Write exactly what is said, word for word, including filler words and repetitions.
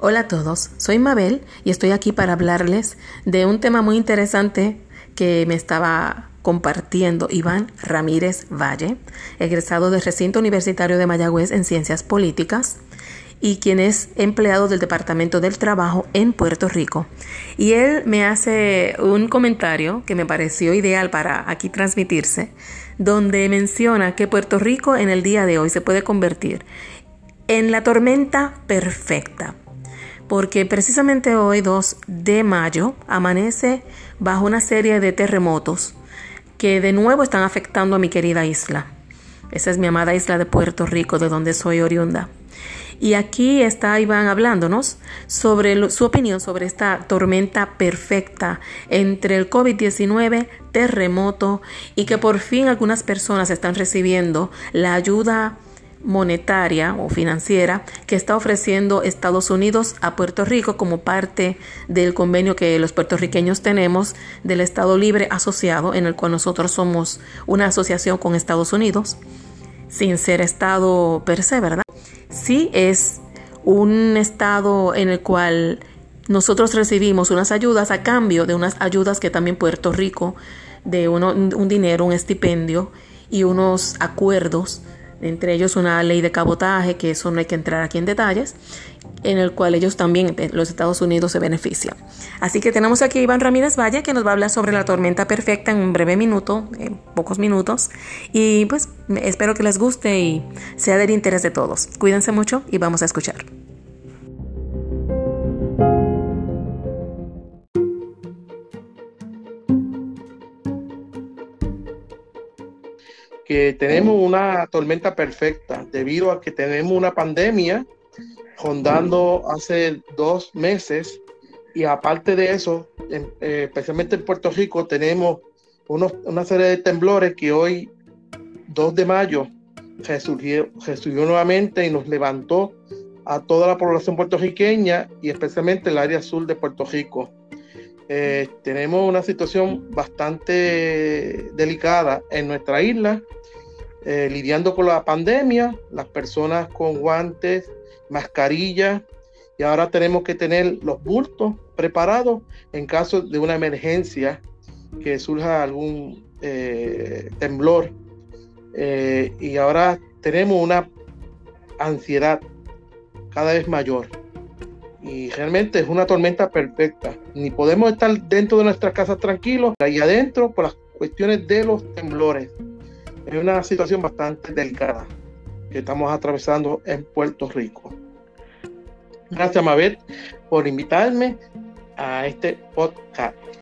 Hola a todos, soy Mabel y estoy aquí para hablarles de un tema muy interesante que me estaba compartiendo Iván Ramírez Valle, egresado del Recinto Universitario de Mayagüez en Ciencias Políticas y quien es empleado del Departamento del Trabajo en Puerto Rico. Y él me hace un comentario que me pareció ideal para aquí transmitirse, donde menciona que Puerto Rico en el día de hoy se puede convertir en la tormenta perfecta. Porque precisamente hoy, dos de mayo, amanece bajo una serie de terremotos que de nuevo están afectando a mi querida isla. Esa es mi amada isla de Puerto Rico, de donde soy oriunda. Y aquí está Iván hablándonos sobre lo, su opinión sobre esta tormenta perfecta entre el COVID diecinueve, terremoto y que por fin algunas personas están recibiendo la ayuda monetaria o financiera que está ofreciendo Estados Unidos a Puerto Rico como parte del convenio que los puertorriqueños tenemos del Estado Libre Asociado, en el cual nosotros somos una asociación con Estados Unidos, sin ser Estado per se, ¿verdad? Sí es un Estado en el cual nosotros recibimos unas ayudas a cambio de unas ayudas que también Puerto Rico, de uno, un dinero, un estipendio y unos acuerdos, entre ellos una ley de cabotaje, que eso no hay que entrar aquí en detalles, en el cual ellos también, los Estados Unidos, se benefician. Así que tenemos aquí a Iván Ramírez Valle, que nos va a hablar sobre la tormenta perfecta en un breve minuto, en pocos minutos. Y pues espero que les guste y sea del interés de todos. Cuídense mucho y vamos a escuchar. Que tenemos una tormenta perfecta debido a que tenemos una pandemia rondando hace dos meses y aparte de eso, en, eh, especialmente en Puerto Rico, tenemos unos, una serie de temblores que hoy, dos de mayo, resurgió, resurgió nuevamente y nos levantó a toda la población puertorriqueña y especialmente el área sur de Puerto Rico. Eh, tenemos una situación bastante delicada en nuestra isla, eh, lidiando con la pandemia, las personas con guantes, mascarillas, y ahora tenemos que tener los bultos preparados en caso de una emergencia, que surja algún eh, temblor, eh, y ahora tenemos una ansiedad cada vez mayor. Y realmente es una tormenta perfecta. Ni podemos estar dentro de nuestras casas tranquilos, ahí adentro por las cuestiones de los temblores. Es una situación bastante delicada que estamos atravesando en Puerto Rico. Gracias, Mabel, por invitarme a este podcast.